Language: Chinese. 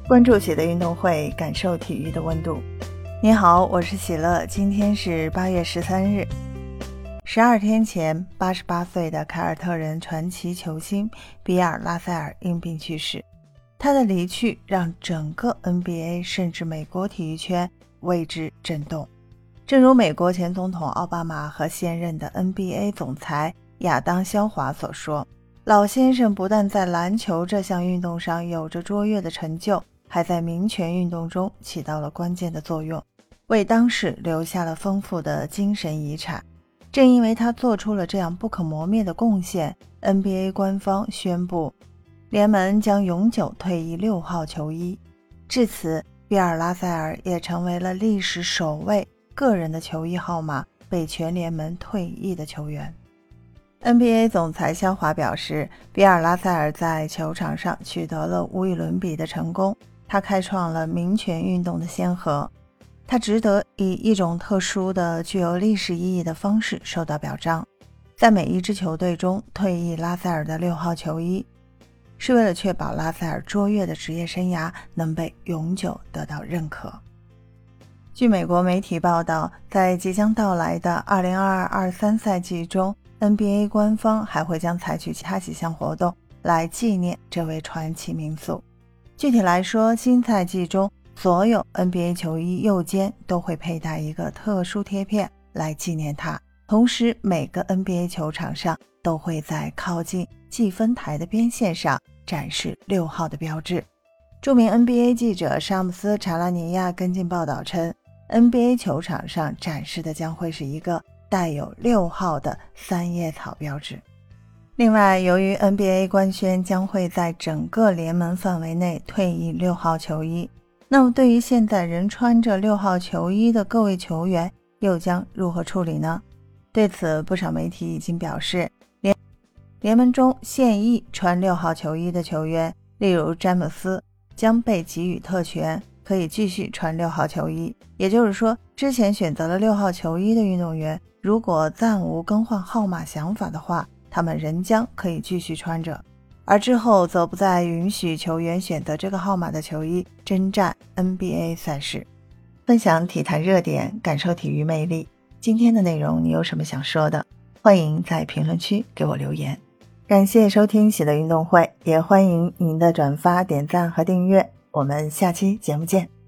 关注喜乐运动会，感受体育的温度。你好，我是喜乐，今天是8月13日。12天前，88岁的凯尔特人传奇球星比尔·拉塞尔因病去世。他的离去让整个 NBA 甚至美国体育圈为之震动。正如美国前总统奥巴马和现任的 NBA 总裁亚当·肖华所说，老先生不但在篮球这项运动上有着卓越的成就，还在民权运动中起到了关键的作用，为当世留下了丰富的精神遗产。正因为他做出了这样不可磨灭的贡献， NBA 官方宣布联盟将永久退役6号球衣。至此，比尔·拉塞尔也成为了历史首位个人的球衣号码被全联盟退役的球员。NBA 总裁肖华表示，比尔·拉塞尔在球场上取得了无与伦比的成功，他开创了民权运动的先河，他值得以一种特殊的具有历史意义的方式受到表彰。在每一支球队中退役拉塞尔的6号球衣，是为了确保拉塞尔卓越的职业生涯能被永久得到认可。据美国媒体报道，在即将到来的 2022-23 赛季中， NBA 官方还会将采取其他几项活动来纪念这位传奇名宿。具体来说，新赛季中所有 NBA 球衣右肩都会佩戴一个特殊贴片来纪念他，同时每个 NBA 球场上都会在靠近计分台的边线上展示6号的标志。著名 NBA 记者沙姆斯·查拉尼亚跟进报道称， NBA 球场上展示的将会是一个带有6号的3叶草标志。另外，由于 NBA 官宣将会在整个联盟范围内退役6号球衣，那么对于现在仍穿着6号球衣的各位球员又将如何处理呢？对此，不少媒体已经表示，联盟中现役穿6号球衣的球员，例如詹姆斯，将被给予特权，可以继续穿6号球衣。也就是说，之前选择了6号球衣的运动员，如果暂无更换号码想法的话，他们仍将可以继续穿着，而之后则不再允许球员选择这个号码的球衣征战 NBA 赛事。分享体坛热点，感受体育魅力。今天的内容你有什么想说的？欢迎在评论区给我留言。感谢收听喜乐运动会，也欢迎您的转发、点赞和订阅。我们下期节目见。